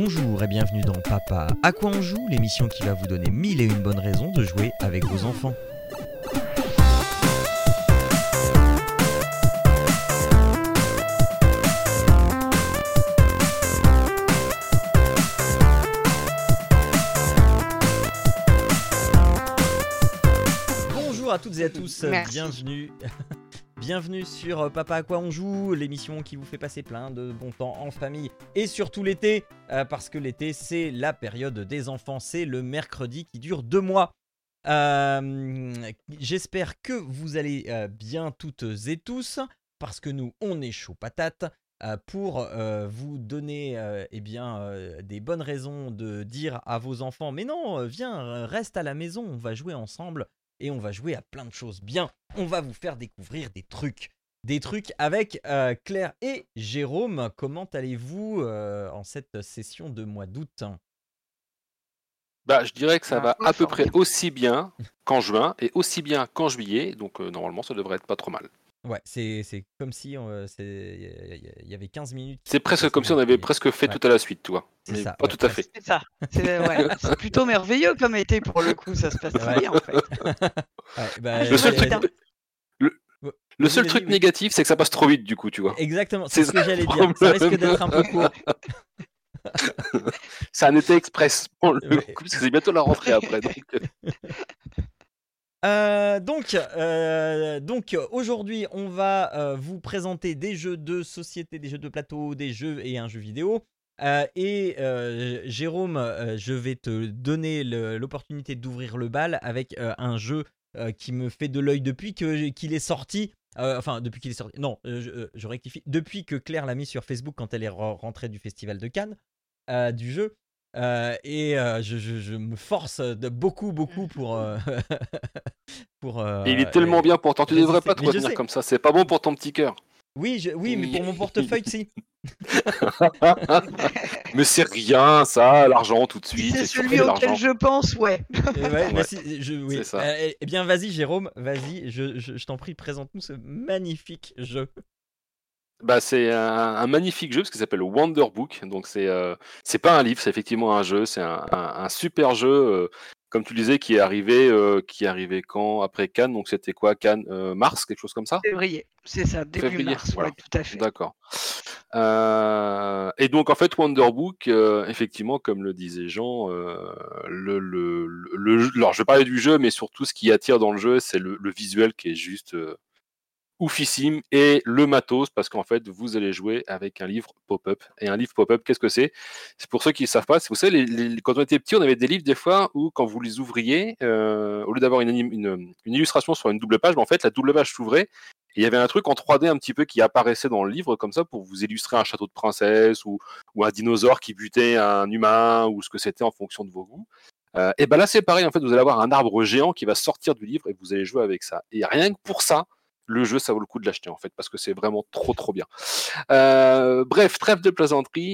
Bonjour et bienvenue dans Papa à quoi on joue, l'émission qui va vous donner 1001 bonnes raisons de jouer avec vos enfants. Bonjour à toutes et à tous, bienvenue sur Papa à quoi on joue, l'émission qui vous fait passer plein de bon temps en famille et surtout l'été, parce que l'été c'est la période des enfants, c'est le mercredi qui dure 2 mois. J'espère que vous allez bien toutes et tous, parce que nous on est chaud patate pour vous donner des bonnes raisons de dire à vos enfants mais non, viens, reste à la maison, on va jouer ensemble. Et on va jouer à plein de choses bien. On va vous faire découvrir des trucs avec Claire et Jérôme. Comment allez-vous en cette session de mois d'août ? Je dirais que ça va à peu près aussi bien qu'en juin et aussi bien qu'en juillet. Donc normalement, ça devrait être pas trop mal. Ouais, c'est comme si il y avait 15 minutes. C'est presque comme si on avait presque fait tout à la suite, tu vois. C'est mais ça, pas tout à fait. C'est ça. C'est plutôt merveilleux comme été pour le coup, ça se passe très bien en fait. Le seul truc négatif, c'est que ça passe trop vite du coup, tu vois. Exactement, c'est ce que j'allais dire. Ça risque d'être un peu court. C'est un été express pour le coup, parce que c'est bientôt la rentrée après. Donc aujourd'hui, on va vous présenter des jeux de société, des jeux de plateau, des jeux et un jeu vidéo. Jérôme, je vais te donner l'opportunité d'ouvrir le bal avec un jeu qui me fait de l'œil depuis qu'il est sorti. Depuis qu'il est sorti. Non, je rectifie. Depuis que Claire l'a mis sur Facebook quand elle est rentrée du Festival de Cannes, du jeu. Je me force de beaucoup pour il est tellement bien pourtant, tu devrais pas te retenir comme ça, c'est pas bon pour ton petit cœur. Oui, mais pour mon portefeuille, si. Mais c'est rien, ça, l'argent tout de suite. C'est celui auquel je pense, ouais. Oui. C'est ça. Eh bien, vas-y, Jérôme, je t'en prie, présente-nous ce magnifique jeu. C'est un magnifique jeu parce qu'il s'appelle Wonder Book. Donc c'est pas un livre, c'est effectivement un jeu. C'est un super jeu, comme tu disais, qui est arrivé quand après Cannes. Donc c'était quoi, Cannes, mars, quelque chose comme ça. Février, c'est ça, début mars. Voilà. Ouais, tout à fait. D'accord. Et donc en fait Wonder Book, effectivement, comme le disait Jean, alors je vais parler du jeu, mais surtout ce qui attire dans le jeu, c'est le visuel qui est juste oufissime et le matos, parce qu'en fait vous allez jouer avec un livre pop-up. Et un livre pop-up, qu'est-ce que c'est ? C'est pour ceux qui ne savent pas, vous savez, quand on était petit, on avait des livres des fois où quand vous les ouvriez, au lieu d'avoir une illustration sur une double page, en fait la double page s'ouvrait et il y avait un truc en 3D un petit peu qui apparaissait dans le livre comme ça pour vous illustrer un château de princesse ou un dinosaure qui butait un humain ou ce que c'était en fonction de vos goûts. Et là c'est pareil, en fait vous allez avoir un arbre géant qui va sortir du livre et vous allez jouer avec ça. Et rien que pour ça, le jeu, ça vaut le coup de l'acheter en fait, parce que c'est vraiment trop bien. Bref, trêve de plaisanterie.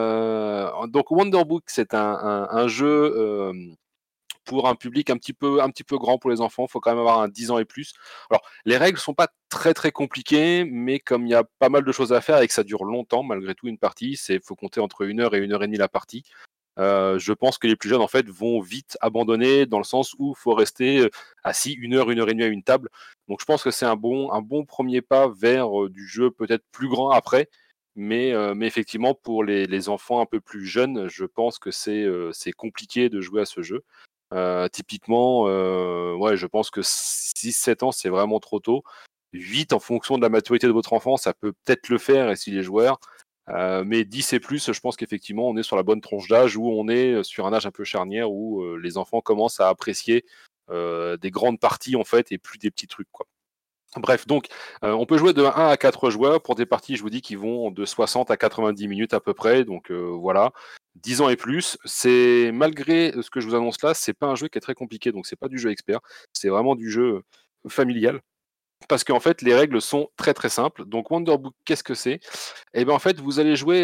Donc Wonder Book, c'est un jeu pour un public un petit peu grand pour les enfants. Il faut quand même avoir 10 ans et plus. Alors, les règles sont pas très compliquées, mais comme il y a pas mal de choses à faire et que ça dure longtemps, malgré tout, une partie, faut compter entre 1 heure et 1 heure et demie la partie. Je pense que les plus jeunes en fait vont vite abandonner dans le sens où il faut rester assis 1 heure et demie à une table. Donc je pense que c'est un bon premier pas vers du jeu peut-être plus grand après, mais effectivement pour les enfants un peu plus jeunes, je pense que c'est compliqué de jouer à ce jeu. Typiquement, je pense que 6-7 ans c'est vraiment trop tôt. 8 en fonction de la maturité de votre enfant, ça peut peut-être le faire et s'il est joueur. Mais 10 et plus, je pense qu'effectivement, on est sur la bonne tranche d'âge où on est sur un âge un peu charnière où les enfants commencent à apprécier des grandes parties en fait et plus des petits trucs, quoi. Bref, donc on peut jouer de 1 à 4 joueurs pour des parties, je vous dis, qui vont de 60 à 90 minutes à peu près. Donc voilà, 10 ans et plus. C'est malgré ce que je vous annonce là, c'est pas un jeu qui est très compliqué, donc c'est pas du jeu expert, c'est vraiment du jeu familial. Parce qu'en fait, les règles sont très simples. Donc Wonder Book, qu'est-ce que c'est ? Eh bien en fait, vous allez jouer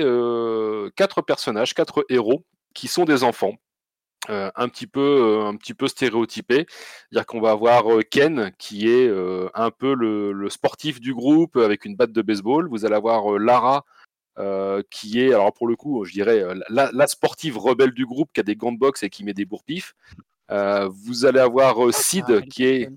4 personnages, 4 héros qui sont des enfants. Un petit peu stéréotypés. C'est-à-dire qu'on va avoir Ken qui est un peu le sportif du groupe avec une batte de baseball. Vous allez avoir Lara qui est, alors pour le coup, je dirais, la sportive rebelle du groupe qui a des gants de boxe et qui met des bourre-pifs. Vous allez avoir Sid qui est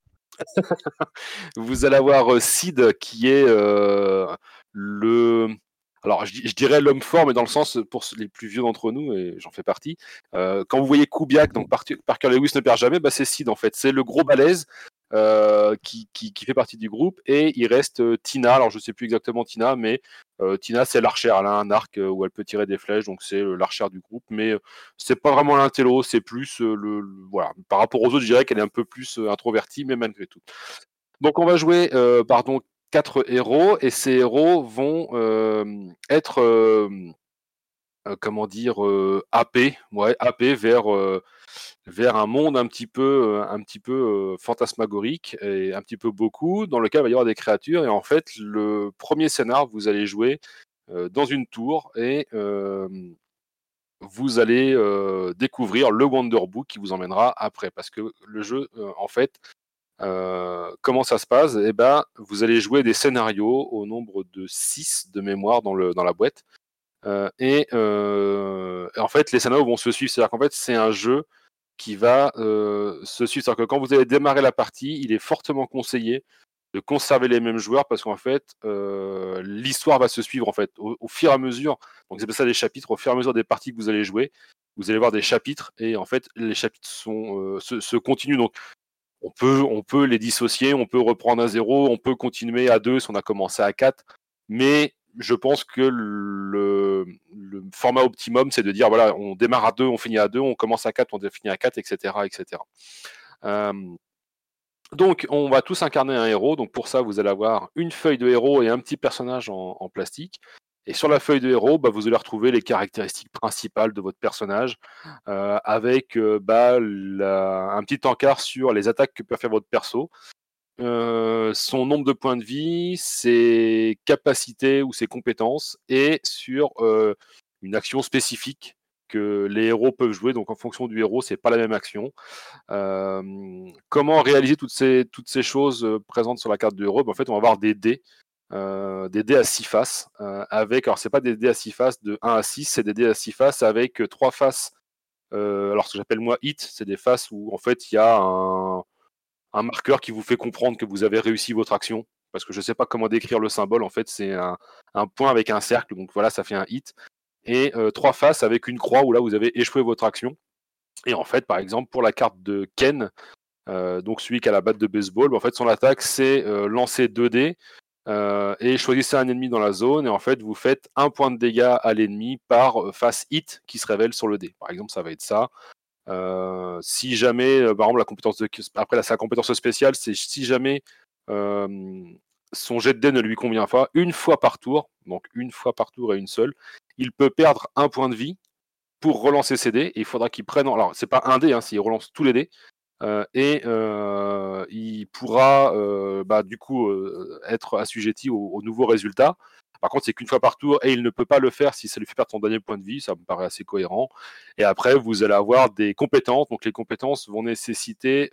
Sid qui est le. Alors, je dirais l'homme fort, mais dans le sens, pour les plus vieux d'entre nous, et j'en fais partie, quand vous voyez Kubiak, donc Parker Lewis ne perd jamais, bah, c'est Sid en fait. C'est le gros balèze qui fait partie du groupe. Et il reste Tina, alors je ne sais plus exactement Tina, mais Tina, c'est l'archère. Elle a un arc où elle peut tirer des flèches, donc c'est l'archère du groupe. Mais c'est pas vraiment l'intello, c'est plus voilà. Par rapport aux autres, je dirais qu'elle est un peu plus introvertie, mais malgré tout. Donc on va jouer 4 héros, et ces héros vont être comment dire, happés vers un monde un petit peu fantasmagorique, et un petit peu beaucoup, dans lequel il va y avoir des créatures. Et en fait, le premier scénar, vous allez jouer dans une tour, et vous allez découvrir le Wonderbook qui vous emmènera après. Parce que le jeu, en fait, comment ça se passe? Eh ben, vous allez jouer des scénarios au nombre de 6 de mémoire dans la boîte. Et en fait, les scénarios vont se suivre. C'est-à-dire qu'en fait, c'est un jeu qui va se suivre. C'est-à-dire que quand vous allez démarrer la partie, il est fortement conseillé de conserver les mêmes joueurs, parce qu'en fait, l'histoire va se suivre en fait au fur et à mesure. Donc c'est pour ça des chapitres. Au fur et à mesure des parties que vous allez jouer, vous allez voir des chapitres, et en fait, les chapitres se continuent. Donc on peut les dissocier, on peut reprendre à 0, on peut continuer à 2 si on a commencé à 4, mais je pense que le format optimum, c'est de dire, voilà, on démarre à 2, on finit à 2, on commence à 4, on finit à 4, etc. etc. Donc, on va tous incarner un héros. Donc, pour ça, vous allez avoir une feuille de héros et un petit personnage en plastique. Et sur la feuille de héros, bah, vous allez retrouver les caractéristiques principales de votre personnage, avec un petit encart sur les attaques que peut faire votre perso, son nombre de points de vie, ses capacités ou ses compétences, et sur une action spécifique que les héros peuvent jouer. Donc, en fonction du héros, c'est pas la même action. Comment réaliser toutes ces choses présentes sur la carte de héros? En fait, on va avoir des dés à 6 faces, alors c'est pas des dés à 6 faces de 1 à 6, c'est des dés à 6 faces avec 3 faces. Alors, ce que j'appelle moi hit, c'est des faces où en fait il y a un marqueur qui vous fait comprendre que vous avez réussi votre action, parce que je sais pas comment décrire le symbole. En fait, c'est un point avec un cercle, donc voilà, ça fait un hit. Et 3 faces avec une croix où là vous avez échoué votre action. Et en fait, par exemple, pour la carte de Ken, donc celui qui a la batte de baseball, en fait, son attaque, c'est lancer 2 dés, et choisissez un ennemi dans la zone, et en fait, vous faites 1 point de dégâts à l'ennemi par face hit qui se révèle sur le dé. Par exemple, ça va être ça. Si jamais, par exemple, sa compétence spéciale, c'est si jamais son jet de dés ne lui convient pas, une fois par tour, donc une fois par tour et une seule, il peut perdre 1 point de vie pour relancer ses dés. Et il faudra qu'il prenne. Alors, c'est pas un dé, hein, s'il relance tous les dés. Et il pourra du coup être assujetti au nouveau résultat. Par contre, c'est qu'une fois par tour, et il ne peut pas le faire si ça lui fait perdre son dernier point de vie. Ça me paraît assez cohérent. Et après, vous allez avoir des compétences. Donc, les compétences vont nécessiter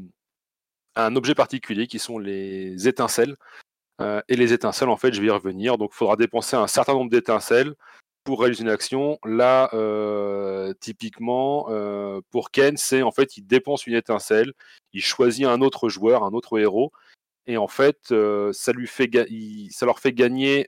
un objet particulier qui sont les étincelles. Et les étincelles, en fait, je vais y revenir. Donc, il faudra dépenser un certain nombre d'étincelles pour réaliser une action. Là, typiquement, pour Ken, c'est en fait, il dépense une étincelle, il choisit un autre joueur, un autre héros, et en fait, ça leur fait gagner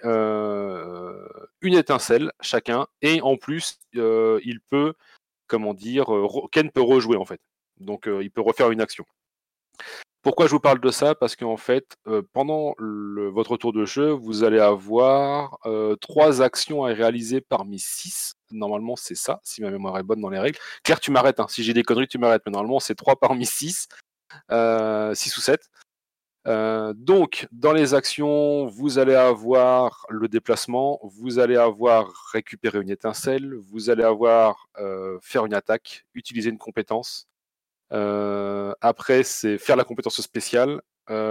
une étincelle chacun, et en plus, il peut, comment dire, Ken peut rejouer en fait. Donc, il peut refaire une action. Pourquoi je vous parle de ça? Parce qu'en fait, pendant votre tour de jeu, vous allez avoir 3 actions à réaliser parmi 6. Normalement, c'est ça, si ma mémoire est bonne dans les règles. Claire, tu m'arrêtes, hein. Si j'ai des conneries, tu m'arrêtes. Mais normalement, c'est 3 parmi 6, 6 ou 7. Donc, dans les actions, vous allez avoir le déplacement, vous allez avoir récupérer une étincelle, vous allez avoir faire une attaque, utiliser une compétence. Après, c'est faire la compétence spéciale,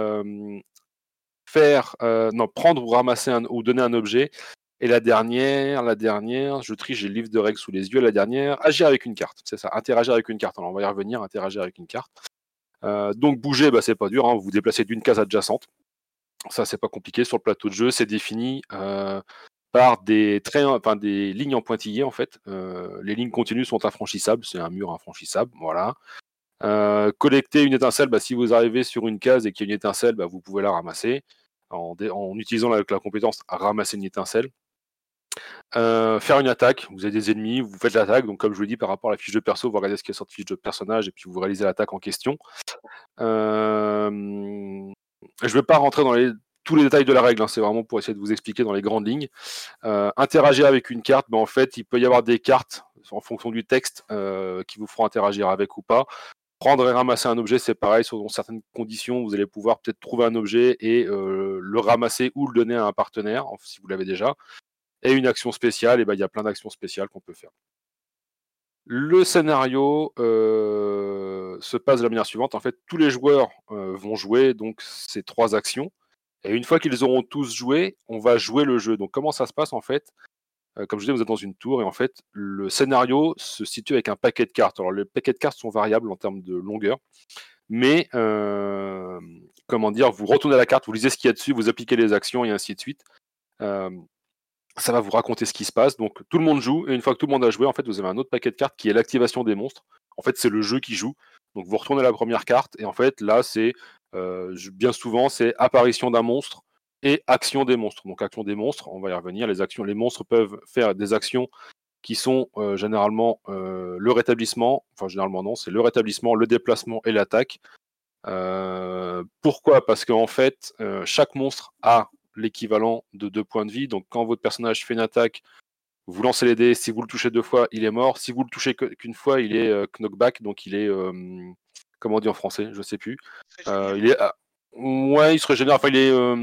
prendre ou ramasser ou donner un objet. Et la dernière, je triche, j'ai le livre de règles sous les yeux. La dernière, agir avec une carte. C'est ça, interagir avec une carte. Alors, on va y revenir, interagir avec une carte. Donc, bouger, c'est pas dur, hein, vous vous déplacez d'une case adjacente. Ça, c'est pas compliqué sur le plateau de jeu, c'est défini. par des lignes en pointillés en fait. Les lignes continues sont infranchissables, c'est un mur infranchissable, voilà. Collecter une étincelle, si vous arrivez sur une case et qu'il y a une étincelle, vous pouvez la ramasser en utilisant la compétence à ramasser une étincelle. Faire une attaque, vous avez des ennemis, vous faites l'attaque, donc comme je vous l'ai dit par rapport à la fiche de perso, vous regardez ce qu'il y a sur la fiche de personnage et puis vous réalisez l'attaque en question. Je ne vais pas rentrer dans tous les détails de la règle, c'est vraiment pour essayer de vous expliquer dans les grandes lignes. Interagir avec une carte, en fait, il peut y avoir des cartes en fonction du texte qui vous feront interagir avec ou pas. Prendre et ramasser un objet, c'est pareil, selon certaines conditions, vous allez pouvoir peut-être trouver un objet et le ramasser ou le donner à un partenaire, si vous l'avez déjà. Et une action spéciale, il y a plein d'actions spéciales qu'on peut faire. Le scénario se passe de la manière suivante. En fait, tous les joueurs vont jouer donc ces 3 actions. Et une fois qu'ils auront tous joué, on va jouer le jeu. Donc comment ça se passe en fait? Comme je disais, vous êtes dans une tour et en fait, le scénario se situe avec un paquet de cartes. Alors les paquets de cartes sont variables en termes de longueur. Mais vous retournez la carte, vous lisez ce qu'il y a dessus, vous appliquez les actions et ainsi de suite. Ça va vous raconter ce qui se passe. Donc tout le monde joue, et une fois que tout le monde a joué, en fait, vous avez un autre paquet de cartes qui est l'activation des monstres. En fait, c'est le jeu qui joue. Donc vous retournez la première carte, et en fait, là, c'est bien souvent, c'est apparition d'un monstre et action des monstres. Donc action des monstres, on va y revenir. Les monstres peuvent faire des actions qui sont généralement le rétablissement. Enfin, généralement non, c'est le rétablissement, le déplacement et l'attaque. Pourquoi? Parce qu'en fait, chaque monstre a l'équivalent de 2 points de vie. Donc quand votre personnage fait une attaque, vous lancez les dés. Si vous le touchez 2 fois, il est mort. Si vous le touchez qu'une fois, il est knockback. Donc il est comment on dit en français? Je sais plus. Il est ouais, il se régénère. Enfin,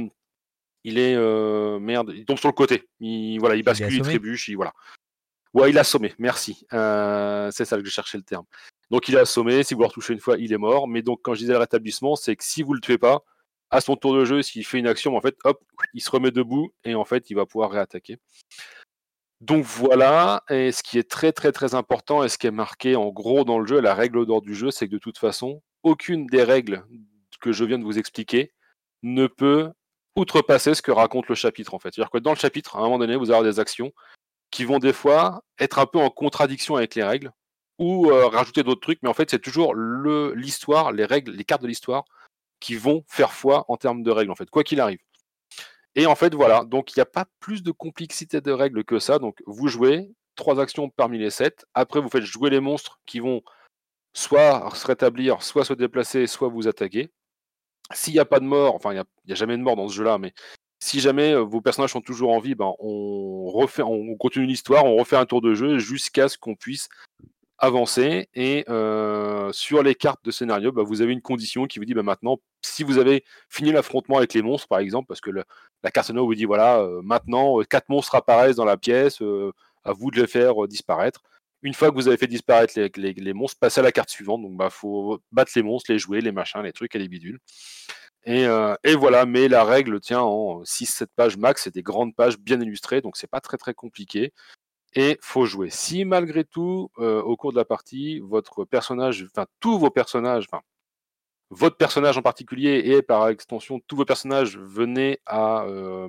merde, il tombe sur le côté. Il bascule, il trébuche, voilà. Ouais, il est assommé. Merci. C'est ça que je cherchais le terme. Donc il est assommé. Si vous le retouchez une fois, il est mort. Mais donc quand je disais le rétablissement, c'est que si vous le tuez pas, à son tour de jeu, s'il fait une action, en fait, hop, il se remet debout et en fait, il va pouvoir réattaquer. Donc voilà, et ce qui est très très très important et ce qui est marqué en gros dans le jeu, la règle d'or du jeu, c'est que de toute façon, aucune des règles que je viens de vous expliquer ne peut outrepasser ce que raconte le chapitre en fait. C'est-à-dire que dans le chapitre, à un moment donné, vous avez des actions qui vont des fois être un peu en contradiction avec les règles ou rajouter d'autres trucs, mais en fait c'est toujours l'histoire, les règles, les cartes de l'histoire qui vont faire foi en termes de règles en fait, quoi qu'il arrive. Et en fait, voilà, donc il n'y a pas plus de complexité de règles que ça. Donc vous jouez 3 actions parmi les 7. Après, vous faites jouer les monstres qui vont soit se rétablir, soit se déplacer, soit vous attaquer. S'il n'y a pas de mort, enfin, il n'y a jamais de mort dans ce jeu-là, mais si jamais vos personnages sont toujours en vie, on continue l'histoire, on refait un tour de jeu jusqu'à ce qu'on puisse avancer. Et sur les cartes de scénario, vous avez une condition qui vous dit maintenant, si vous avez fini l'affrontement avec les monstres, par exemple, parce que la carte scénario vous dit voilà, maintenant 4 monstres apparaissent dans la pièce, à vous de les faire disparaître. Une fois que vous avez fait disparaître les monstres, passez à la carte suivante. Donc faut battre les monstres, les jouer, les machins, les trucs et les bidules. Et voilà, mais la règle tient en 6-7 pages max, c'est des grandes pages bien illustrées, donc c'est pas très très compliqué. Et faut jouer. Si malgré tout, au cours de la partie, votre personnage, tous vos personnages, votre personnage en particulier et par extension tous vos personnages venaient à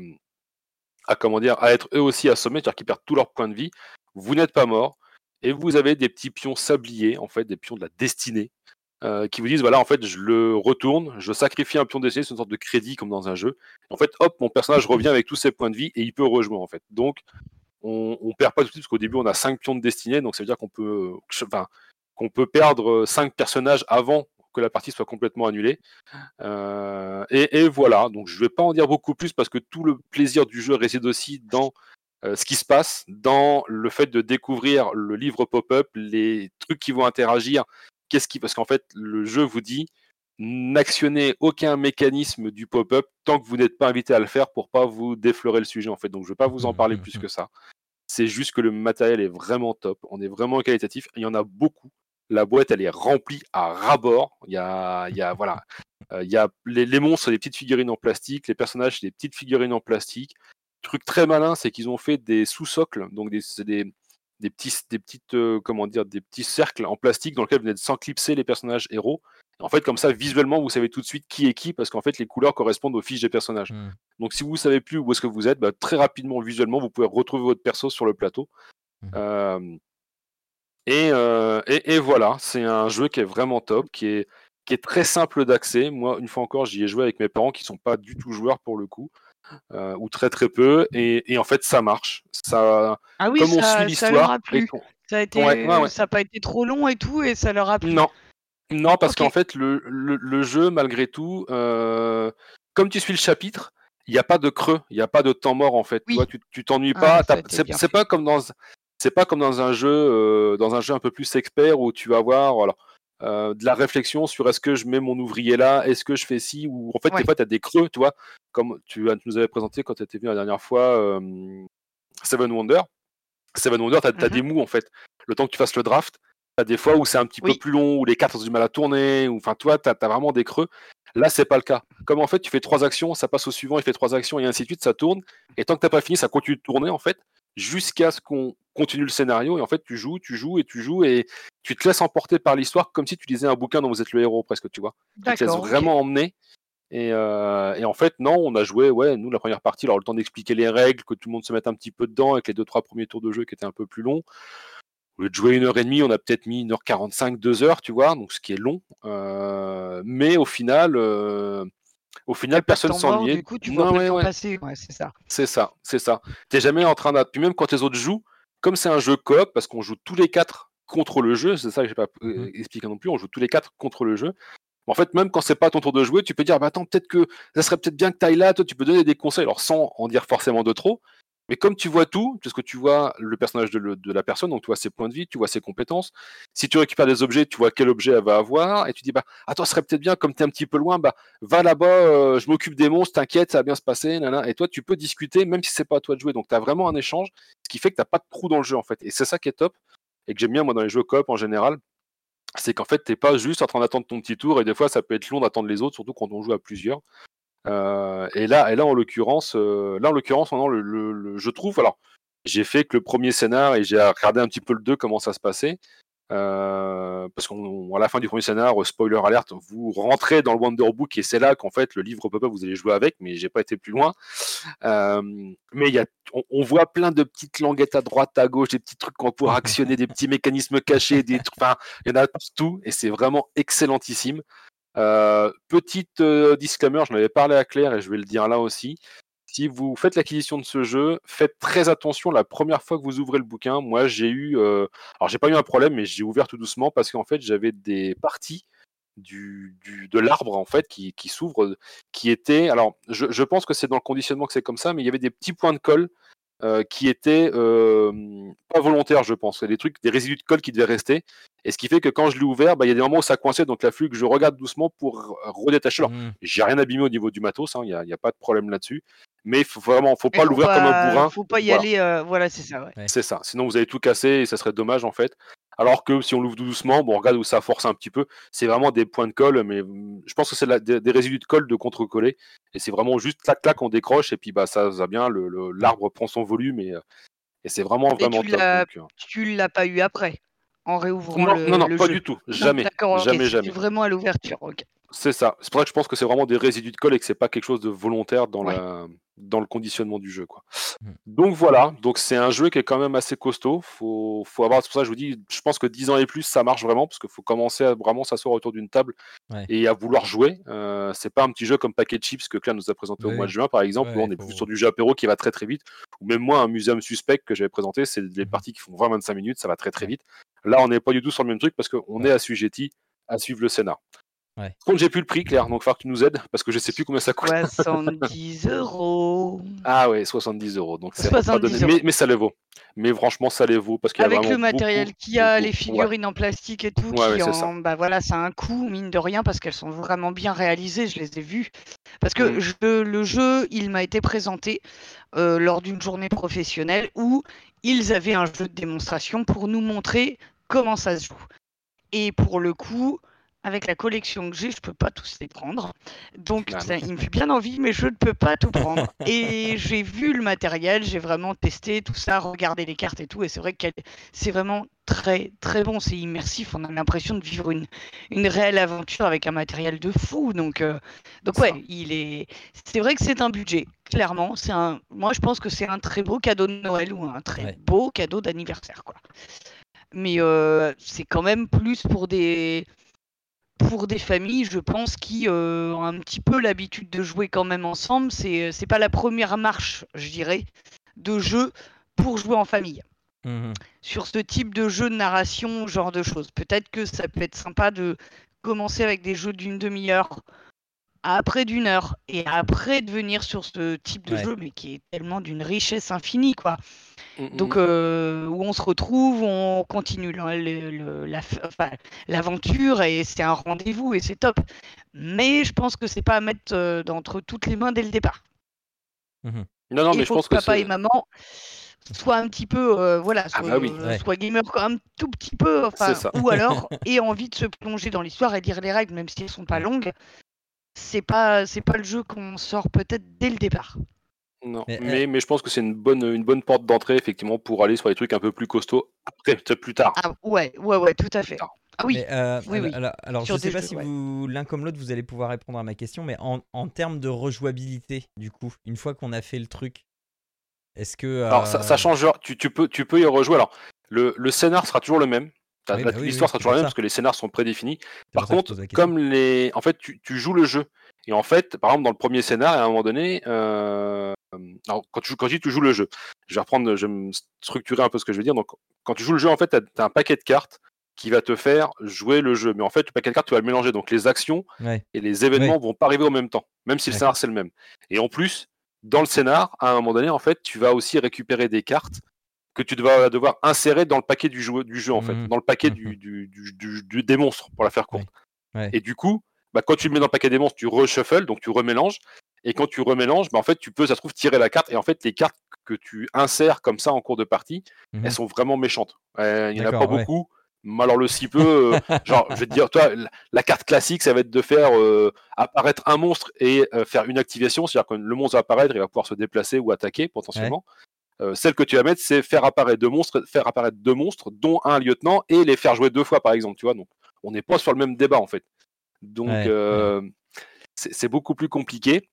être eux aussi assommés, c'est-à-dire qu'ils perdent tous leurs points de vie, vous n'êtes pas mort et vous avez des petits pions sabliers, en fait, des pions de la destinée, qui vous disent voilà, en fait, je le retourne, je sacrifie un pion de destinée, c'est une sorte de crédit comme dans un jeu. En fait, hop, mon personnage revient avec tous ses points de vie et il peut rejouer en fait. Donc on perd pas tout de suite parce qu'au début on a 5 pions de destinée, donc ça veut dire qu'on peut perdre 5 personnages avant que la partie soit complètement annulée. Et voilà, donc je vais pas en dire beaucoup plus parce que tout le plaisir du jeu réside aussi dans ce qui se passe, dans le fait de découvrir le livre pop-up, les trucs qui vont interagir, parce qu'en fait le jeu vous dit n'actionnez aucun mécanisme du pop-up tant que vous n'êtes pas invité à le faire pour pas vous déflorer le sujet en fait. Donc je vais pas vous en parler plus que ça. C'est juste que le matériel est vraiment top, on est vraiment qualitatif, il y en a beaucoup. La boîte elle est remplie à ras-bord. Il y a voilà, il y a les monstres, c'est des petites figurines en plastique, les personnages, c'est des petites figurines en plastique. Truc très malin, c'est qu'ils ont fait des sous-socles, donc des petits cercles en plastique dans lesquels vous venez de s'enclipser les personnages héros. En fait, comme ça, visuellement, vous savez tout de suite qui est qui, parce qu'en fait, les couleurs correspondent aux fiches des personnages. Hmm. Donc, si vous savez plus où est-ce que vous êtes, très rapidement, visuellement, vous pouvez retrouver votre perso sur le plateau. Mhm. Et voilà, c'est un jeu qui est vraiment top, qui est très simple d'accès. Moi, une fois encore, j'y ai joué avec mes parents qui sont pas du tout joueurs pour le coup, ou très très peu, et en fait, ça marche. Ah oui, Comme on suit ça leur l'histoire, a plu. Ça a pas été trop long et tout, et ça leur a plu. Non, parce Ok. qu'en fait, le jeu, malgré tout, comme tu suis le chapitre, il n'y a pas de creux, il n'y a pas de temps mort en fait. Oui. Tu vois, tu t'ennuies Ah, pas. ça a été bien C'est fait. pas comme dans un jeu, un peu plus expert où tu vas avoir de la réflexion sur est-ce que je mets mon ouvrier là, est-ce que je fais ci, ou en fait Ouais. des fois tu as des creux, tu vois, comme tu nous avais présenté quand tu étais venu la dernière fois, Seven Wonders. Seven Wonders, t'as Mhm. des mous en fait. Le temps que tu fasses le draft, t'as des fois où c'est un petit peu Oui. plus long, où les cartes ont du mal à tourner, ou enfin toi, t'as vraiment des creux. Là, c'est pas le cas. Comme en fait, tu fais 3 actions, ça passe au suivant, il fait 3 actions, et ainsi de suite, ça tourne. Et tant que t'as pas fini, ça continue de tourner en fait, jusqu'à ce qu'on continue le scénario. Et en fait, tu joues, et tu te laisses emporter par l'histoire comme si tu lisais un bouquin dont vous êtes le héros presque, tu vois. Tu te laisses D'accord, ok. vraiment emmener. Et en fait, non, on a joué, nous, la première partie, alors le temps d'expliquer les règles, que tout le monde se mette un petit peu dedans, avec les 2-3 premiers tours de jeu qui étaient un peu plus longs. Au lieu de jouer 1h30, on a peut-être mis 1h45, 2h, tu vois, donc ce qui est long. Mais au final, Il n'y a pas de personne temps mort, s'ennuyait. du coup, tu vois Non, pas le ouais, temps ouais, passer. Ouais, c'est ça. c'est ça. T'es jamais en train Puis même quand les autres jouent, comme c'est un jeu coop, parce qu'on joue tous les 4 contre le jeu, c'est ça que j'ai pas Mhm. expliqué non plus, on joue tous les 4 contre le jeu. En fait, même quand c'est pas ton tour de jouer, tu peux dire, attends, peut-être que ça serait peut-être bien que tu ailles là, toi, tu peux donner des conseils, alors sans en dire forcément de trop. Mais comme tu vois tout, parce que tu vois le personnage de la personne, donc tu vois ses points de vie, tu vois ses compétences. Si tu récupères des objets, tu vois quel objet elle va avoir, et tu dis, attends, ce serait peut-être bien, comme tu es un petit peu loin, va là-bas, je m'occupe des monstres, t'inquiète, ça va bien se passer, nana. Et toi, tu peux discuter, même si c'est pas à toi de jouer. Donc tu as vraiment un échange, ce qui fait que tu n'as pas de trou dans le jeu, en fait. Et c'est ça qui est top, et que j'aime bien, moi, dans les jeux coop en général, c'est qu'en fait, t'es pas juste en train d'attendre ton petit tour, et des fois, ça peut être long d'attendre les autres, surtout quand on joue à plusieurs. Et là, en l'occurrence, maintenant, je trouve, alors, j'ai fait que le premier scénar et j'ai regardé un petit peu le 2, comment ça se passait. Parce qu'à la fin du premier scénar, spoiler alerte, vous rentrez dans le Wonderbook et c'est là qu'en fait le livre pop-up vous allez jouer avec, mais j'ai pas été plus loin. Mais on voit plein de petites languettes à droite, à gauche, des petits trucs qu'on pourra actionner, des petits mécanismes cachés, enfin, il y en a tout et c'est vraiment excellentissime. Petite disclaimer, je m'avais parlé à Claire et je vais le dire là aussi. Si vous faites l'acquisition de ce jeu, faites très attention la première fois que vous ouvrez le bouquin. Moi, alors j'ai pas eu un problème, mais j'ai ouvert tout doucement parce qu'en fait, j'avais des parties de l'arbre en fait qui s'ouvrent, qui étaient. Alors, je pense que c'est dans le conditionnement que c'est comme ça, mais il y avait des petits points de colle qui étaient pas volontaires, je pense. C'est des résidus de colle qui devaient rester. Et ce qui fait que quand je l'ai ouvert, il y a des moments où ça coinçait, donc il a fallu que je regarde doucement pour redétacher. Alors, j'ai rien abîmé au niveau du matos, il n'y a pas de problème là-dessus. Mais faut Mais pas l'ouvrir comme un bourrin. faut pas y Voilà. aller. Voilà, c'est ça. Ouais. Ouais. C'est ça. Sinon, vous allez tout casser et ça serait dommage en fait. Alors que si on l'ouvre doucement, on regarde où ça force un petit peu. C'est vraiment des points de colle, mais je pense que c'est des résidus de colle de contre-coller. Et c'est vraiment juste clac-clac, on décroche et puis ça va bien. L'arbre prend son volume et c'est vraiment, Et vraiment top. Donc, tu l'as pas eu après, en réouvrant non, non, non, le pas jeu. du tout. Non, Jamais. d'accord, ok. Jamais, C'était jamais. vraiment à l'ouverture. Ok. C'est ça. C'est pour ça que je pense que c'est vraiment des résidus de colle et que c'est pas quelque chose de volontaire Ouais. dans le conditionnement du jeu, quoi. Mm. Donc voilà, donc c'est un jeu qui est quand même assez costaud. Faut avoir, c'est pour ça que je vous dis, je pense que 10 ans et plus, ça marche vraiment, parce qu'il faut commencer à vraiment s'asseoir autour d'une table Ouais. et à vouloir jouer. C'est pas un petit jeu comme Packet Chips que Claire nous a présenté au mois de Oui. juin, par exemple, où Ouais, on est plus sur du jeu apéro qui va très très vite. Ou même moi, un Museum Suspect que j'avais présenté, c'est des parties qui font 20-25 minutes, ça va très très Ouais. vite. Là, on n'est pas du tout sur le même truc parce qu'on Ouais. est assujetti à suivre le scénar. Ouais. Contre, j'ai plus le prix, Claire, donc il va falloir que tu nous aides parce que je sais plus combien ça coûte. 70 €. Ah ouais, 70 €. Donc c'est pas donné. 70 €. Mais ça les vaut. Mais franchement, ça les vaut parce qu'il y a Avec vraiment le matériel qu'il y a, les beaucoup. Ouais, figurines en plastique et tout, ouais, c'est ça. bah voilà, ça a un coût, mine de rien, parce qu'elles sont vraiment bien réalisées, je les ai vues. Parce que Mm. le jeu, il m'a été présenté lors d'une journée professionnelle où ils avaient un jeu de démonstration pour nous montrer comment ça se joue. Et pour le coup, avec la collection que j'ai, je peux pas tous les prendre. Donc Ah ça, non. il me fait bien envie, mais je ne peux pas tout prendre. Et j'ai vu le matériel, j'ai vraiment testé tout ça, regardé les cartes et tout, et c'est vrai que c'est vraiment très très bon, c'est immersif, on a l'impression de vivre une réelle aventure avec un matériel de fou. Donc Ça. ouais, c'est vrai que c'est un budget, clairement. Moi je pense que c'est un très beau cadeau de Noël ou un très Ouais. beau cadeau d'anniversaire, quoi. Mais c'est quand même plus pour des familles, je pense, qui ont un petit peu l'habitude de jouer quand même ensemble. C'est pas la première marche, je dirais, de jeu pour jouer en famille. Mhm. Sur ce type de jeu de narration, genre de choses. Peut-être que ça peut être sympa de commencer avec des jeux d'une demi-heure, après d'une heure, et après de venir sur ce type de Ouais. jeu, mais qui est tellement d'une richesse infinie, quoi. Donc, Mhm. où on se retrouve, on continue l'aventure et c'est un rendez-vous et c'est top. Mais je pense que c'est pas à mettre d'entre toutes les mains dès le départ. Mhm. Non, non, Et il mais je faut que pense que papa et c'est. maman soient un petit peu, Ah bah oui, Ouais. soient gamers un tout petit peu, c'est enfin, ça. ou alors aient envie de se plonger dans l'histoire et lire les règles, même si elles sont pas Ouais. longues. C'est pas le jeu qu'on sort peut-être dès le départ. Non, Mais, mais je pense que c'est une bonne porte d'entrée, effectivement, pour aller sur les trucs un peu plus costauds après, peut-être plus tard. Ah ouais, tout à Plus fait. tard. Ah oui, mais oui, oui, alors, je sur sais des pas jeux, si ouais. l'un comme l'autre, vous allez pouvoir répondre à ma question, mais en termes de rejouabilité, du coup, une fois qu'on a fait le truc, est-ce que... Alors, ça change, tu peux y rejouer. Alors, le scénar sera toujours le même. Oui, bah L'histoire oui, sera c'est toujours pour la même ça. parce que les scénars sont prédéfinis. C'est pour Par ça que je contre, pose la question. en fait, tu joues le jeu. Et en fait, par exemple, dans le premier scénar, à un moment donné, alors, quand je dis tu joues le jeu, je vais me structurer un peu ce que je veux dire. Donc, quand tu joues le jeu, en fait, tu as un paquet de cartes qui va te faire jouer le jeu. Mais en fait, le paquet de cartes, tu vas le mélanger. Donc, les actions Ouais, et les événements ouais, vont pas arriver au même temps, même si le scénar d'accord. c'est le même. Et en plus, dans le scénar, à un moment donné, en fait, tu vas aussi récupérer des cartes que tu vas devoir insérer dans le paquet du jeu, en fait, Mhm. dans le paquet Mhm. des monstres, pour la faire Ouais, courte. ouais. Et du coup, bah, quand tu le mets dans le paquet des monstres, tu reshuffles, donc tu remélanges. Et quand tu remélanges, bah, en fait, tu peux, ça se trouve, tirer la carte. Et en fait, les cartes que tu insères comme ça en cours de partie, elles Mhm. sont vraiment méchantes. Il n'y en a pas D'accord, ouais. beaucoup. Mais alors, le si peu, genre, je vais te dire, toi, la carte classique, ça va être de faire apparaître un monstre et faire une activation. C'est-à-dire que le monstre va apparaître, il va pouvoir se déplacer ou attaquer Ouais. potentiellement. Celle que tu vas mettre, c'est faire apparaître deux monstres, dont un lieutenant, et les faire jouer deux fois, par exemple. Tu vois, donc on n'est pas sur le même débat en fait. Donc Ouais, ouais. c'est beaucoup plus compliqué,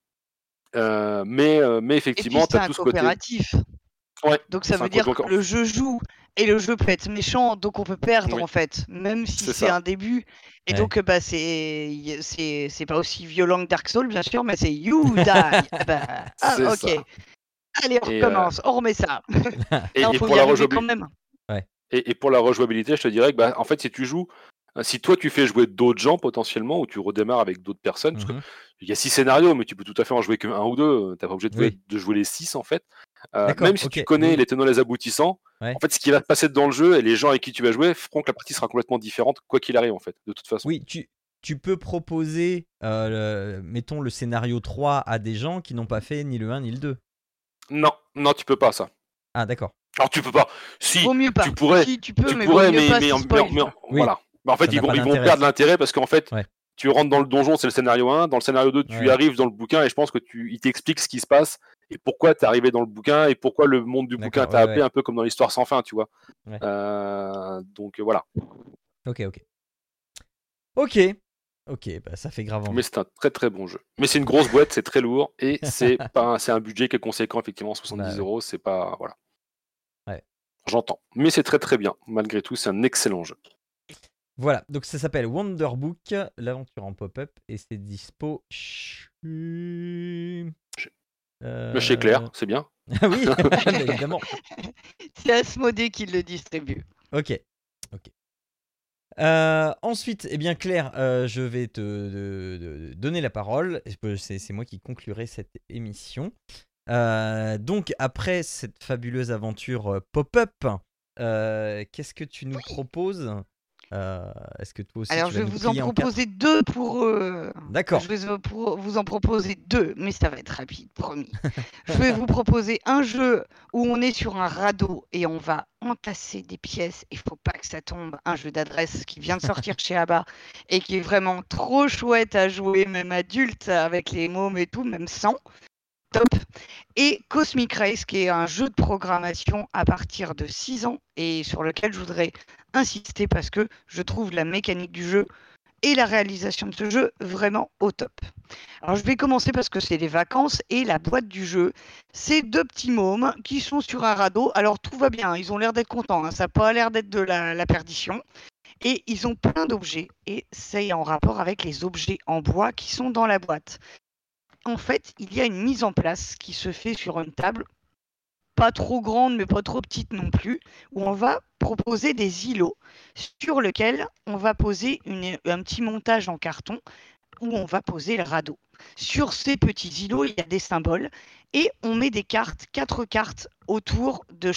mais Et puis effectivement, tu c'est as un tout ce côté. coopératif. Ouais, Donc ça c'est un veut co- dire donc, que le jeu joue et le jeu peut être méchant, donc on peut perdre oui, en fait, même si c'est c'est ça. un début. Et Ouais. donc bah c'est pas aussi violent que Dark Souls bien sûr, mais c'est you die. Ah bah C'est ok. ça. Allez on Et, euh, recommence, on remet ça. Non, et faut pour y la arriver quand rejouabilité, même. Ouais. et pour la rejouabilité, je te dirais que bah, en fait, si tu joues, si toi tu fais jouer d'autres gens potentiellement, ou tu redémarres avec d'autres personnes, parce que Mhm. il y a 6 scénarios, mais tu peux tout à fait en jouer que un ou deux. T'as pas obligé Oui. de jouer les 6 en fait. Même D'accord, si ok. tu Oui, connais oui. les tenants et les aboutissants, Ouais. en fait, ce qui va se passer dans le jeu et les gens avec qui tu vas jouer feront que la partie sera complètement différente, quoi qu'il arrive en fait, de toute façon. Oui, tu peux proposer, mettons, le scénario 3 à des gens qui n'ont pas fait ni le 1 ni le 2. Non, non, tu peux pas ça. Ah, d'accord. Alors tu peux pas. Si, Vaut mieux tu pas. pourrais, Si tu peux, tu mais vaut pourrais, mieux pas, c'est spoil. Oui, voilà. Bah, en fait, ça n'a pas ils vont d'intérêt. perdre l'intérêt parce qu'en fait, Ouais, tu rentres dans le donjon, c'est le scénario 1. Dans le scénario 2, tu ouais, arrives dans le bouquin et je pense que il t'explique ce qui se passe et pourquoi tu es arrivé dans le bouquin et pourquoi le monde du bouquin d'accord. t'a Ouais, appelé, ouais, un peu comme dans l'histoire sans fin, tu vois. ouais. Donc voilà. Ok, ok. Ok. Ok, bah ça fait grave Mais envie. c'est un très très bon jeu. Mais c'est une grosse boîte, c'est très lourd et c'est un budget qui est conséquent, effectivement, 70 Bah ouais. euros, c'est pas. Voilà. Ouais. J'entends. Mais c'est très très bien. Malgré tout, c'est un excellent jeu. Voilà, donc ça s'appelle Wonderbook, l'aventure en pop-up, et c'est dispo chez... Mais chez Claire, Euh, c'est bien. Ah oui, mais évidemment. C'est Asmodée qui le distribue. Ok, ok. Ensuite, eh bien Claire, je vais te donner la parole. C'est moi qui conclurai cette émission. Donc après cette fabuleuse aventure pop-up, qu'est-ce que tu nous proposes Est-ce que toi aussi Alors, tu je vas vais nous vous en plier en quatre? proposer deux pour. D'accord. Je vais vous en proposer deux, mais ça va être rapide, promis. Je vais vous proposer un jeu où on est sur un radeau et on va entasser des pièces. Il faut pas que ça tombe. Un jeu d'adresse qui vient de sortir chez ABBA et qui est vraiment trop chouette à jouer, même adulte, avec les mômes et tout, même sans. Top. Et Cosmic Race, qui est un jeu de programmation à partir de 6 ans et sur lequel je voudrais insister parce que je trouve la mécanique du jeu et la réalisation de ce jeu vraiment au top. Alors je vais commencer parce que c'est les vacances et la boîte du jeu, c'est deux petits mômes qui sont sur un radeau. Alors tout va bien, ils ont l'air d'être contents, hein, ça n'a pas l'air d'être de la perdition. Et ils ont plein d'objets et c'est en rapport avec les objets en bois qui sont dans la boîte. En fait, il y a une mise en place qui se fait sur une table, pas trop grande mais pas trop petite non plus, où on va proposer des îlots sur lesquels on va poser un petit montage en carton où on va poser le radeau. Sur ces petits îlots, il y a des symboles et on met des cartes, 4 cartes autour de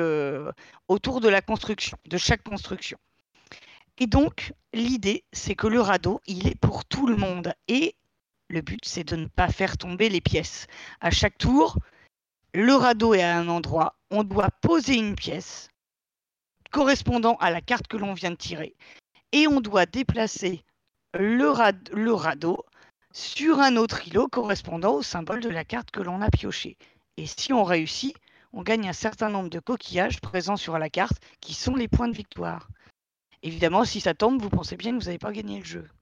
autour de la construction, de chaque construction. Et donc, l'idée, c'est que le radeau, il est pour tout le monde et le but, c'est de ne pas faire tomber les pièces. À chaque tour, le radeau est à un endroit, on doit poser une pièce correspondant à la carte que l'on vient de tirer et on doit déplacer le radeau sur un autre îlot correspondant au symbole de la carte que l'on a pioché. Et si on réussit, on gagne un certain nombre de coquillages présents sur la carte qui sont les points de victoire. Évidemment, si ça tombe, vous pensez bien que vous n'avez pas gagné le jeu.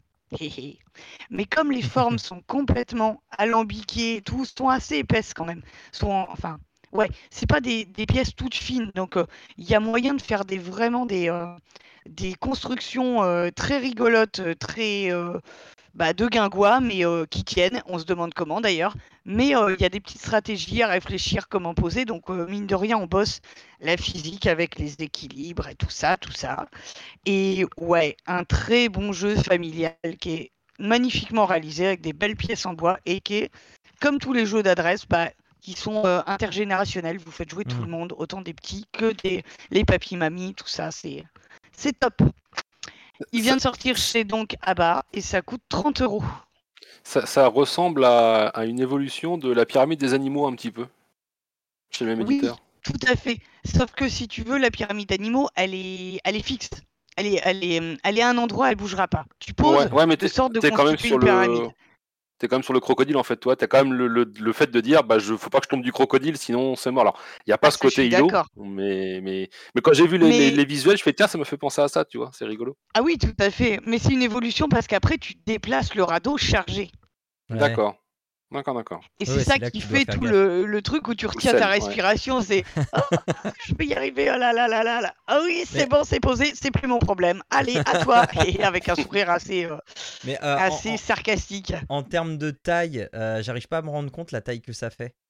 Mais comme les formes sont complètement alambiquées, tout sont assez épaisses quand même. C'est pas des pièces toutes fines, donc il y a moyen de faire vraiment des constructions très rigolotes, très de guingois, mais qui tiennent. On se demande comment d'ailleurs. Mais il y a des petites stratégies à réfléchir comment poser. Donc mine de rien, on bosse la physique avec les équilibres et tout ça, tout ça. Et ouais, un très bon jeu familial qui est magnifiquement réalisé avec des belles pièces en bois et qui est, comme tous les jeux d'adresse, qui sont intergénérationnels. Vous faites jouer tout le monde, autant des petits que les papis-mamies, tout ça. C'est top. Il vient de sortir chez donc ABBA et ça coûte 30 €. Ça ressemble à une évolution de la pyramide des animaux un petit peu, chez le même Oui, éditeur. tout à fait. Sauf que si tu veux, la pyramide d'animaux, elle est fixe. Elle est à un endroit, elle bougera pas. Tu poses Ouais, mais de sorte de t'es quand même constituer sur une pyramide. T'es quand même sur le crocodile en fait, toi. T'as quand même le fait de dire, faut pas que je tombe du crocodile, sinon c'est mort. Alors, il y a pas ce Ça, je côté suis îlot, d'accord. mais quand j'ai vu Mais les visuels, je fais tiens, ça me fait penser à ça, tu vois, c'est rigolo. ah oui, tout à fait. Mais c'est une évolution parce qu'après, tu déplaces le radeau chargé. Ouais. D'accord. Et Ouais, c'est ça c'est là que qui tu dois fait faire tout gaffe. le truc où tu retiens ta sel, ouais. respiration. C'est je vais y arriver. Oh là là là là là. Ah oui, c'est Mais- bon, c'est posé, c'est plus mon problème. Allez, à toi. Et avec un sourire assez Mais sarcastique. en termes de taille, j'arrive pas à me rendre compte la taille que ça fait.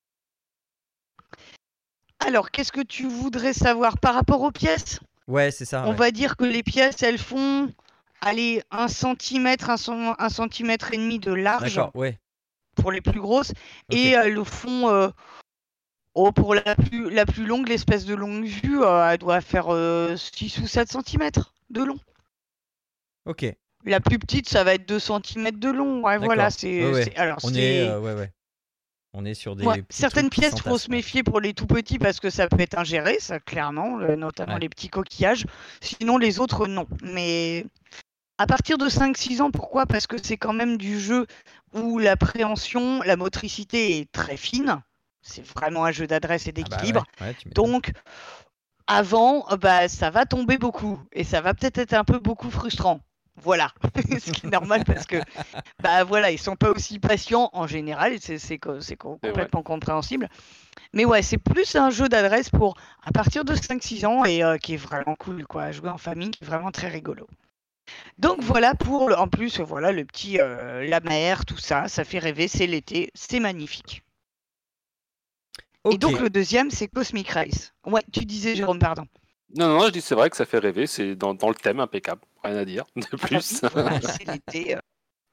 Alors, qu'est-ce que tu voudrais savoir par rapport aux pièces? Ouais, c'est ça. On Ouais. va dire que les pièces, elles font, allez, 1 centimètre, 1 centimètre et demi de large D'accord, ouais. pour les plus grosses. Ok. Et elles le font, pour la plus longue, l'espèce de longue vue, elle doit faire 6 ou 7 centimètres de long. Ok. La plus petite, ça va être 2 centimètres de long. Ouais, voilà, D'accord. Ouais. alors On est, ouais. On est sur des ouais, petits certaines trucs qui pièces, faut s'entassent, se ouais. méfier pour les tout petits parce que ça peut être ingéré, ça clairement, notamment Ouais. les petits coquillages. Sinon, les autres, non. Mais à partir de 5-6 ans, pourquoi? Parce que c'est quand même du jeu où l'appréhension, la motricité est très fine. C'est vraiment un jeu d'adresse et Ah bah d'équilibre. ouais, tu m'étonnes. Donc, avant, ça va tomber beaucoup et ça va peut-être être un peu beaucoup frustrant. Voilà, ce qui est normal parce que voilà, ils sont pas aussi patients en général, et c'est complètement compréhensible. Mais ouais, c'est plus un jeu d'adresse pour à partir de 5-6 ans et qui est vraiment cool quoi, à jouer en famille, qui est vraiment très rigolo. Donc voilà pour en plus voilà le petit la mer, tout ça, ça fait rêver, c'est l'été, c'est magnifique. Ok. Et donc le deuxième, c'est Cosmic Race. Ouais, tu disais Jérôme, pardon. Non, je dis c'est vrai que ça fait rêver, c'est dans le thème impeccable, rien à dire de plus. Voilà, c'est l'été.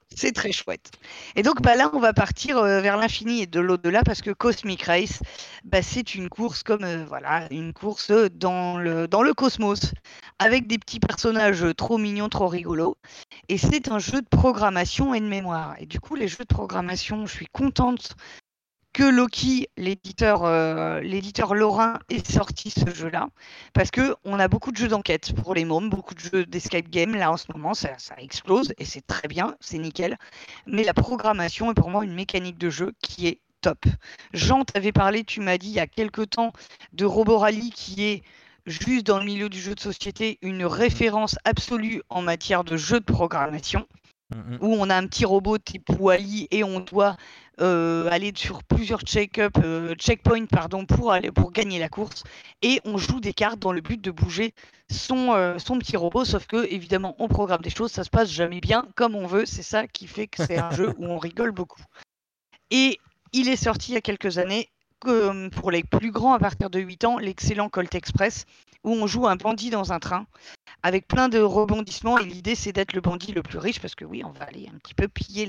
C'est très chouette. Et donc là, on va partir vers l'infini et de l'au-delà parce que Cosmic Race, c'est une course comme voilà, une course dans le cosmos avec des petits personnages trop mignons, trop rigolos. Et c'est un jeu de programmation et de mémoire. Et du coup, les jeux de programmation, je suis contente que Loki, l'éditeur lorrain, ait sorti ce jeu-là, parce que on a beaucoup de jeux d'enquête pour les mômes, beaucoup de jeux d'escape game, là en ce moment, ça explose, et c'est très bien, c'est nickel, mais la programmation est pour moi une mécanique de jeu qui est top. Jean, t'avais parlé, tu m'as dit il y a quelques temps, de Robo Rally, qui est juste dans le milieu du jeu de société, une référence absolue en matière de jeu de programmation où on a un petit robot type Wall-E et on doit aller sur plusieurs checkpoints pour gagner la course. Et on joue des cartes dans le but de bouger son petit robot, sauf que évidemment on programme des choses, ça se passe jamais bien comme on veut. C'est ça qui fait que c'est un jeu où on rigole beaucoup. Et il est sorti il y a quelques années pour les plus grands à partir de 8 ans, l'excellent Colt Express, où on joue un bandit dans un train avec plein de rebondissements. Et l'idée, c'est d'être le bandit le plus riche parce que oui, on va aller un petit peu piller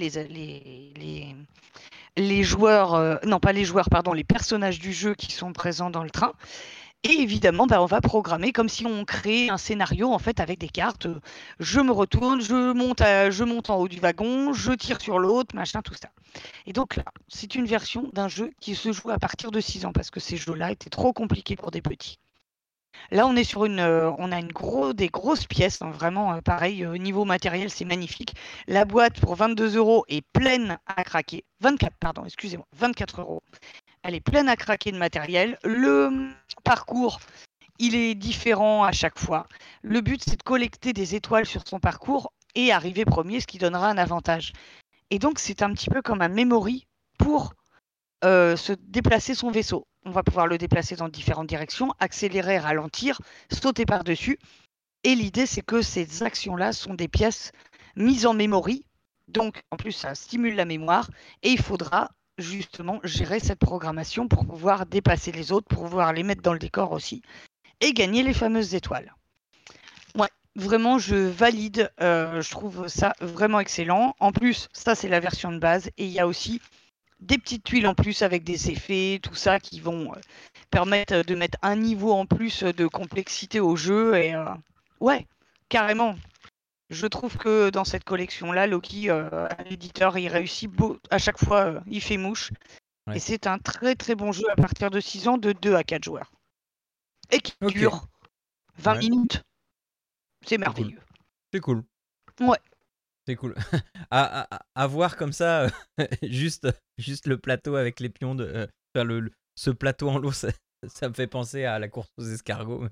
les joueurs, non pas les joueurs, pardon, les personnages du jeu qui sont présents dans le train. Et évidemment, on va programmer comme si on créait un scénario en fait avec des cartes. Je me retourne, je monte en haut du wagon, je tire sur l'autre, machin, tout ça. Et donc là, c'est une version d'un jeu qui se joue à partir de 6 ans parce que ces jeux-là étaient trop compliqués pour des petits. Là, on est sur on a des grosses pièces, hein, vraiment pareil, niveau matériel, c'est magnifique. La boîte pour 22 € est pleine à craquer. 24, pardon, excusez-moi, 24 €. Elle est pleine à craquer de matériel. Le parcours, il est différent à chaque fois. Le but, c'est de collecter des étoiles sur son parcours et arriver premier, ce qui donnera un avantage. Et donc, c'est un petit peu comme un memory pour se déplacer son vaisseau. On va pouvoir le déplacer dans différentes directions, accélérer, ralentir, sauter par-dessus. Et l'idée, c'est que ces actions-là sont des pièces mises en memory. Donc, en plus, ça stimule la mémoire. Et il faudra justement gérer cette programmation pour pouvoir dépasser les autres, pour pouvoir les mettre dans le décor aussi. Et gagner les fameuses étoiles. Ouais, vraiment, je valide. Je trouve ça vraiment excellent. En plus, ça, c'est la version de base. Et il y a aussi des petites tuiles en plus avec des effets, tout ça qui vont permettre de mettre un niveau en plus de complexité au jeu. Et ouais, carrément. Je trouve que dans cette collection-là, Loki, l'éditeur, il réussit à chaque fois, il fait mouche. Ouais. Et c'est un très très bon jeu à partir de 6 ans, de 2 à 4 joueurs. Et qui Ok. dure 20 Ouais. minutes. C'est merveilleux. C'est cool. Ouais. C'est cool. à voir comme ça, juste le plateau avec les pions ce plateau en l'eau, ça me fait penser à la course aux escargots.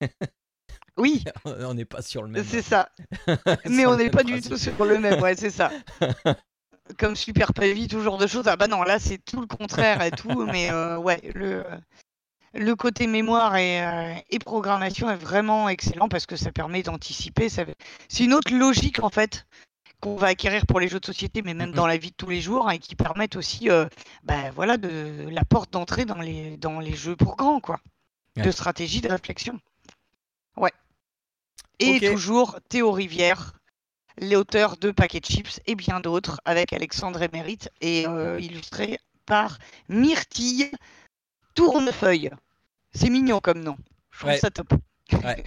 Oui, On n'est pas sur le même. c'est ça. Mais on n'est pas du tout sur le même, ouais, c'est ça. Comme Super Pavie, tout genre de choses. Ah bah non, là c'est tout le contraire et tout, mais ouais, le côté mémoire et programmation est vraiment excellent parce que ça permet d'anticiper. C'est une autre logique en fait qu'on va acquérir pour les jeux de société, mais même dans la vie de tous les jours, et qui permettent aussi voilà, de la porte d'entrée dans les jeux pour grands, quoi. Ouais. De stratégie, de réflexion. Ouais. Et Ok. toujours Théo Rivière, l'auteur de Packet Chips et bien d'autres, avec Alexandre Émérite, et illustré par Myrtille Tournefeuille. C'est mignon comme nom. Je trouve ça top. Ouais.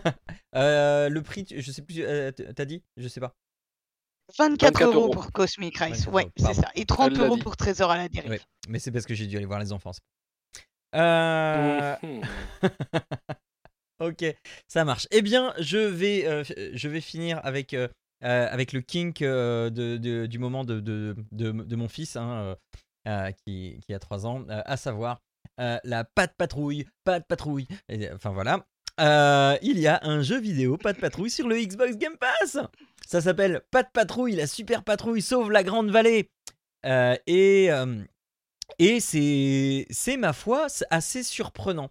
Le prix, je sais plus, t'as dit? Je sais pas. 24 € pour Cosmic Race, ouais, c'est ça. Et 30 € pour Trésor à la dérive. Ouais. Mais c'est parce que j'ai dû aller voir les enfants. Ok, ça marche. Eh bien, je vais finir avec le kink du moment de mon fils, hein, qui a 3 ans, à savoir la Pat' Patrouille. Enfin voilà. Il y a un jeu vidéo Pat' Patrouille sur le Xbox Game Pass. Ça s'appelle Pat' Patrouille, la super patrouille sauve la Grande Vallée. Et c'est ma foi assez surprenant.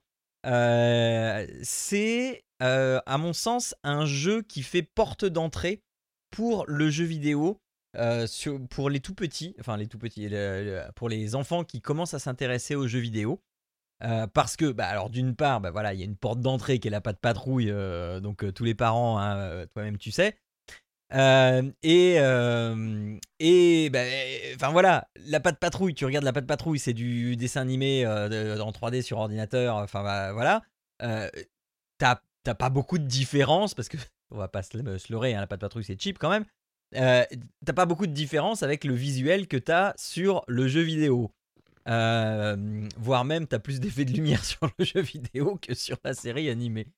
C'est à mon sens un jeu qui fait porte d'entrée pour le jeu vidéo, pour les tout petits, pour les enfants qui commencent à s'intéresser aux jeux vidéo. Parce que, alors d'une part, voilà, il y a une porte d'entrée qui est la Pat' Patrouille, donc tous les parents, hein, toi-même tu sais. Enfin voilà, la Patte Patrouille, tu regardes la Patte Patrouille, c'est du dessin animé en 3D sur ordinateur, enfin voilà. T'as pas beaucoup de différence, parce que on va pas se leurrer, hein, la Patte Patrouille c'est cheap quand même. T'as pas beaucoup de différence avec le visuel que t'as sur le jeu vidéo. Voire même t'as plus d'effets de lumière sur le jeu vidéo que sur la série animée.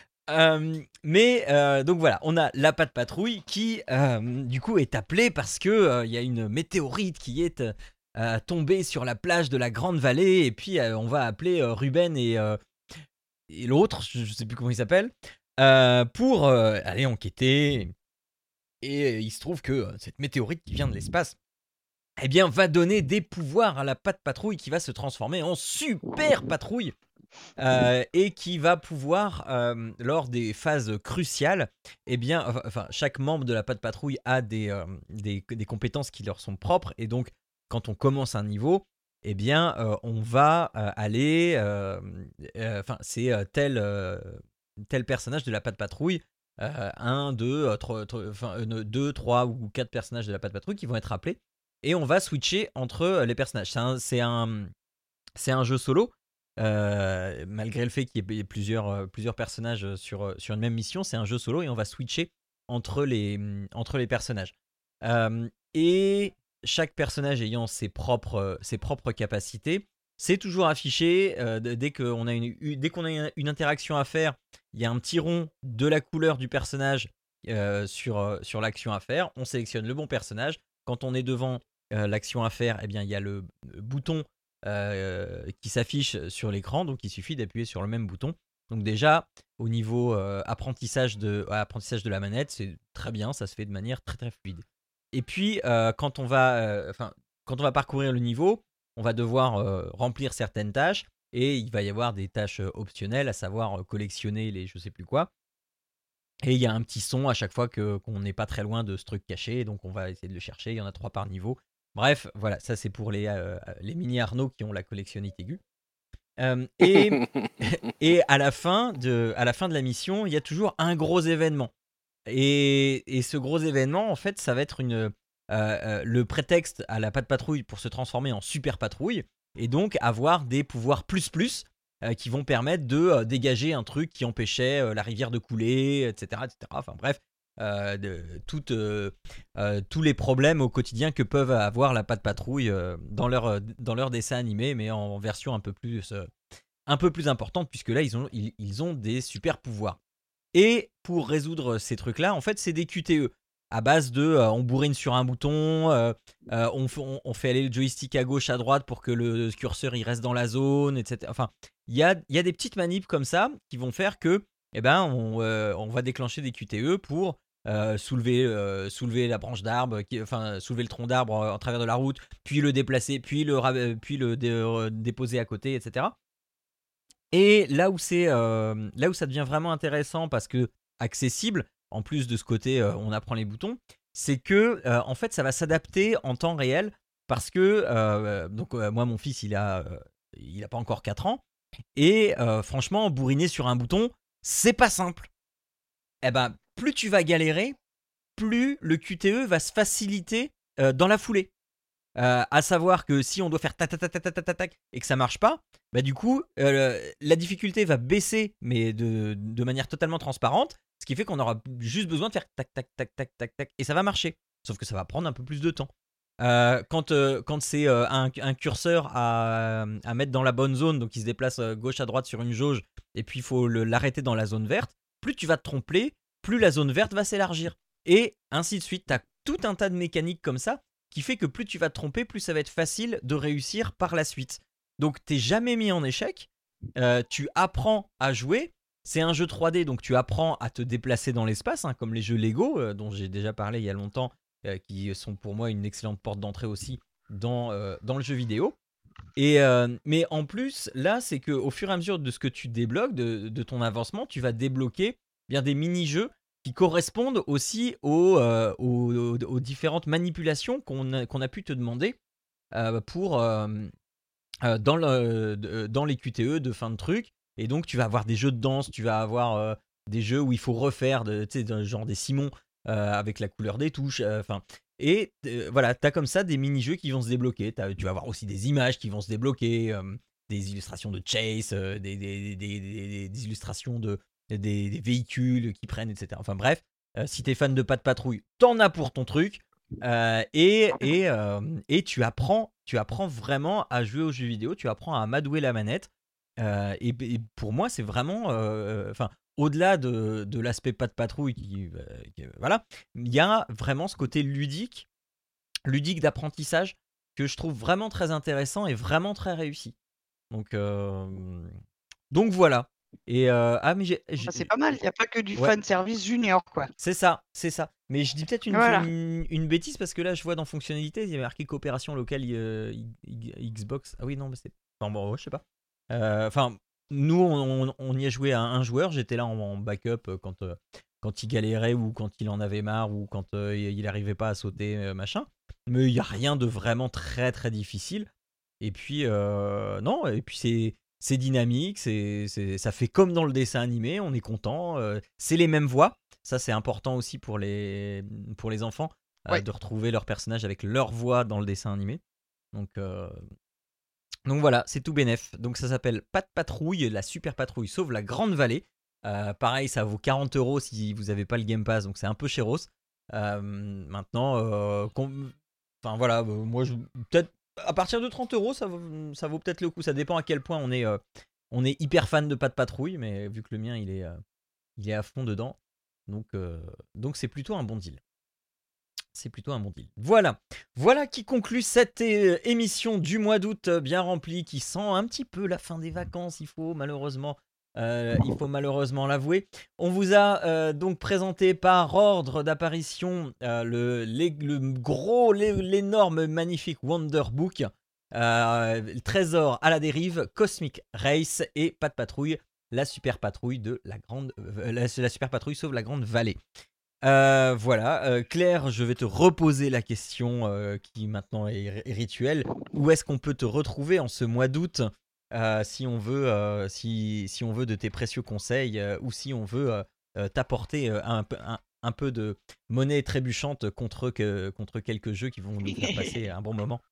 Donc voilà, on a la Patte Patrouille qui du coup est appelée parce que y a une météorite qui est tombée sur la plage de la Grande Vallée, et puis on va appeler Ruben et l'autre, je sais plus comment il s'appelle, pour aller enquêter. Et il se trouve que cette météorite qui vient de l'espace, eh bien, va donner des pouvoirs à la Patte Patrouille, qui va se transformer en Super Patrouille. Et qui va pouvoir, lors des phases cruciales, eh bien, chaque membre de la Patte Patrouille a des compétences qui leur sont propres, et donc quand on commence un niveau, eh bien, on va aller, c'est tel personnage de la Patte Patrouille, 1, 2, 3 ou 4 personnages de la Patte Patrouille qui vont être appelés, et on va switcher entre les personnages. C'est un jeu solo. Malgré le fait qu'il y ait plusieurs personnages sur une même mission, c'est un jeu solo et on va switcher entre les personnages. Et chaque personnage ayant ses propres capacités, c'est toujours affiché dès qu'on a une interaction à faire. Il y a un petit rond de la couleur du personnage sur l'action à faire. On sélectionne le bon personnage. Quand on est devant l'action à faire, eh bien, il y a le bouton qui s'affiche sur l'écran, donc il suffit d'appuyer sur le même bouton. Donc déjà, au niveau apprentissage de la manette, c'est très bien, ça se fait de manière très très fluide. Et puis quand on va parcourir le niveau, on va devoir remplir certaines tâches, et il va y avoir des tâches optionnelles, à savoir collectionner les je sais plus quoi. Et il y a un petit son à chaque fois qu'on n'est pas très loin de ce truc caché, donc on va essayer de le chercher. Il y en a 3 par niveau. Bref, voilà, ça c'est pour les mini Arnaud qui ont la collectionnite aiguë. Et à la fin de la mission, il y a toujours un gros événement. Et ce gros événement, en fait, ça va être le prétexte à la Patte Patrouille pour se transformer en Super Patrouille, et donc avoir des pouvoirs plus qui vont permettre de dégager un truc qui empêchait la rivière de couler, etc. Enfin bref, tous les problèmes au quotidien que peuvent avoir la Patte Patrouille dans leur dessin animé, mais en version un peu plus importante, puisque là ils ont des super pouvoirs. Et pour résoudre ces trucs-là, en fait, c'est des QTE à base de on bourrine sur un bouton, on fait aller le joystick à gauche, à droite pour que le curseur il reste dans la zone, etc. Enfin, il y a des petites manips comme ça qui vont faire que, eh ben, on va déclencher des QTE pour soulever la branche d'arbre, soulever le tronc d'arbre en travers de la route, puis le déplacer, puis le déposer à côté, etc. Et là où ça devient vraiment intéressant, parce que accessible, en plus de ce côté on apprend les boutons, c'est que en fait ça va s'adapter en temps réel, parce que moi mon fils il a pas encore 4 ans, et franchement bourriner sur un bouton c'est pas simple. Eh ben plus tu vas galérer, plus le QTE va se faciliter dans la foulée. À savoir que si on doit faire tac tac tac tac tac tac tac et que ça marche pas, bah du coup la difficulté va baisser, mais de manière totalement transparente, ce qui fait qu'on aura juste besoin de faire tac tac tac tac tac tac et ça va marcher. Sauf que ça va prendre un peu plus de temps. Quand c'est un curseur à mettre dans la bonne zone, donc il se déplace gauche à droite sur une jauge, et puis il faut l'arrêter dans la zone verte, plus tu vas te tromper, plus la zone verte va s'élargir. Et ainsi de suite, tu as tout un tas de mécaniques comme ça qui fait que plus tu vas te tromper, plus ça va être facile de réussir par la suite. Donc t'es jamais mis en échec, tu apprends à jouer. C'est un jeu 3D, donc tu apprends à te déplacer dans l'espace, hein, comme les jeux Lego dont j'ai déjà parlé il y a longtemps, qui sont pour moi une excellente porte d'entrée aussi dans le jeu vidéo. Mais en plus, là, c'est qu'au fur et à mesure de ce que tu débloques, de ton avancement, tu vas débloquer bien des mini-jeux qui correspondent aussi aux différentes manipulations qu'on a pu te demander pour dans les QTE de fin de truc. Et donc tu vas avoir des jeux de danse, tu vas avoir des jeux où il faut refaire genre des Simons avec la couleur des touches. Et voilà, t'as comme ça des mini-jeux qui vont se débloquer. Tu vas avoir aussi des images qui vont se débloquer, des illustrations de chase, des illustrations des véhicules qui prennent, etc. Enfin bref, si t'es fan de Pat' Patrouille, t'en as pour ton truc. Et tu apprends vraiment à jouer aux jeux vidéo, tu apprends à amadouer la manette. Et pour moi, c'est vraiment, au-delà de l'aspect Pat' Patrouille, voilà, il y a vraiment ce côté ludique d'apprentissage que je trouve vraiment très intéressant et vraiment très réussi. Donc voilà. Et mais c'est pas mal, il n'y a pas que du Ouais. fan service junior, quoi. C'est ça. Mais je dis peut-être Voilà. une bêtise parce que là, je vois dans fonctionnalité, il y a marqué coopération locale Xbox. Ah oui, non, mais c'est. Enfin, bon, je sais pas. Nous, on y a joué à un joueur. J'étais là en backup quand il galérait ou quand il en avait marre ou quand il n'arrivait pas à sauter, machin. Mais il n'y a rien de vraiment très très difficile. Et puis, non, et puis c'est dynamique, ça fait comme dans le dessin animé, on est content. C'est les mêmes voix. Ça, c'est important aussi pour les enfants, Ouais. de retrouver leur personnage avec leur voix dans le dessin animé. Donc voilà, c'est tout bénef. Donc ça s'appelle Pat' Patrouille, la super patrouille sauve la Grande Vallée. Pareil, ça vaut 40€ si vous n'avez pas le Game Pass, donc c'est un peu chéros. Maintenant, enfin voilà, moi, peut-être à partir de 30€, ça vaut peut-être le coup. Ça dépend à quel point on est hyper fan de Pat' Patrouille, mais vu que le mien, il est à fond dedans. Donc c'est plutôt un bon deal. Voilà qui conclut cette émission du mois d'août bien remplie, qui sent un petit peu la fin des vacances, il faut malheureusement l'avouer. On vous a donc présenté par ordre d'apparition l'énorme, magnifique Wonder Book, Trésor à la dérive, Cosmic Race et Pat' Patrouille, la super patrouille la super patrouille sauve la Grande Vallée. Voilà, Claire, je vais te reposer la question qui maintenant est rituelle. Où est-ce qu'on peut te retrouver en ce mois d'août, si on veut de tes précieux conseils, ou si on veut t'apporter un peu de monnaie trébuchante contre quelques jeux qui vont nous faire passer un bon moment.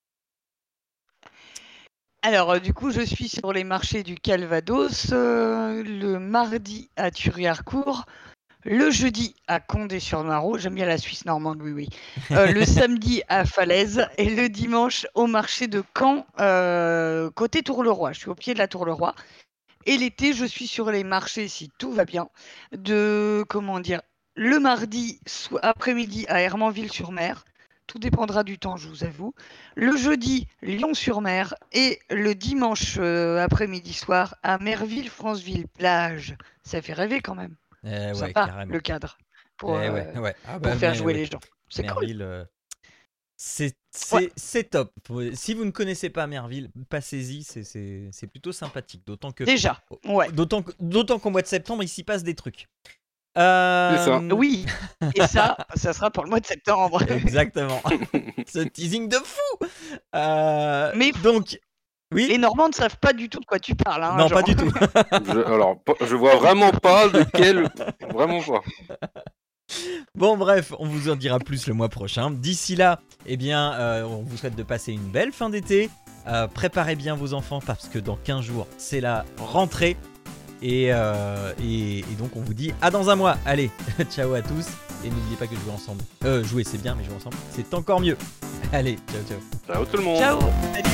Alors, du coup, je suis sur les marchés du Calvados, le mardi à Thury-Harcourt, le jeudi à Condé-sur-Noireau, j'aime bien la Suisse normande, oui. Le samedi à Falaise et le dimanche au marché de Caen, côté Tour-le-Roi. Je suis au pied de la Tour-le-Roi. Et l'été, je suis sur les marchés, si tout va bien, le mardi après-midi à Hermanville-sur-Mer. Tout dépendra du temps, je vous avoue. Le jeudi, Lyon-sur-Mer. Et le dimanche après-midi soir à Merville-Franceville-Plage. Ça fait rêver quand même. Sympa, carrément. le cadre pour Bah, faire jouer les gens. C'est Merville, cool. c'est top. Si vous ne connaissez pas Merville, passez-y, c'est plutôt sympathique. D'autant que Déjà, ouais. D'autant qu'au mois de septembre, il s'y passe des trucs. C'est ça. Oui, et ça sera pour le mois de septembre. Exactement. Ce teasing de fou. Mais donc, oui. Les Normands ne savent pas du tout de quoi tu parles. Hein, non, genre. pas du tout. Je vois vraiment pas de quel. Vraiment pas. Bon, bref, on vous en dira plus le mois prochain. D'ici là, eh bien, on vous souhaite de passer une belle fin d'été. Préparez bien vos enfants parce que dans 15 jours, c'est la rentrée. Et donc, on vous dit à dans un mois. Allez, ciao à tous. Et n'oubliez pas que jouer ensemble. Jouer, c'est bien, mais jouer ensemble, c'est encore mieux. Allez, ciao, ciao. Ciao tout le monde. Ciao.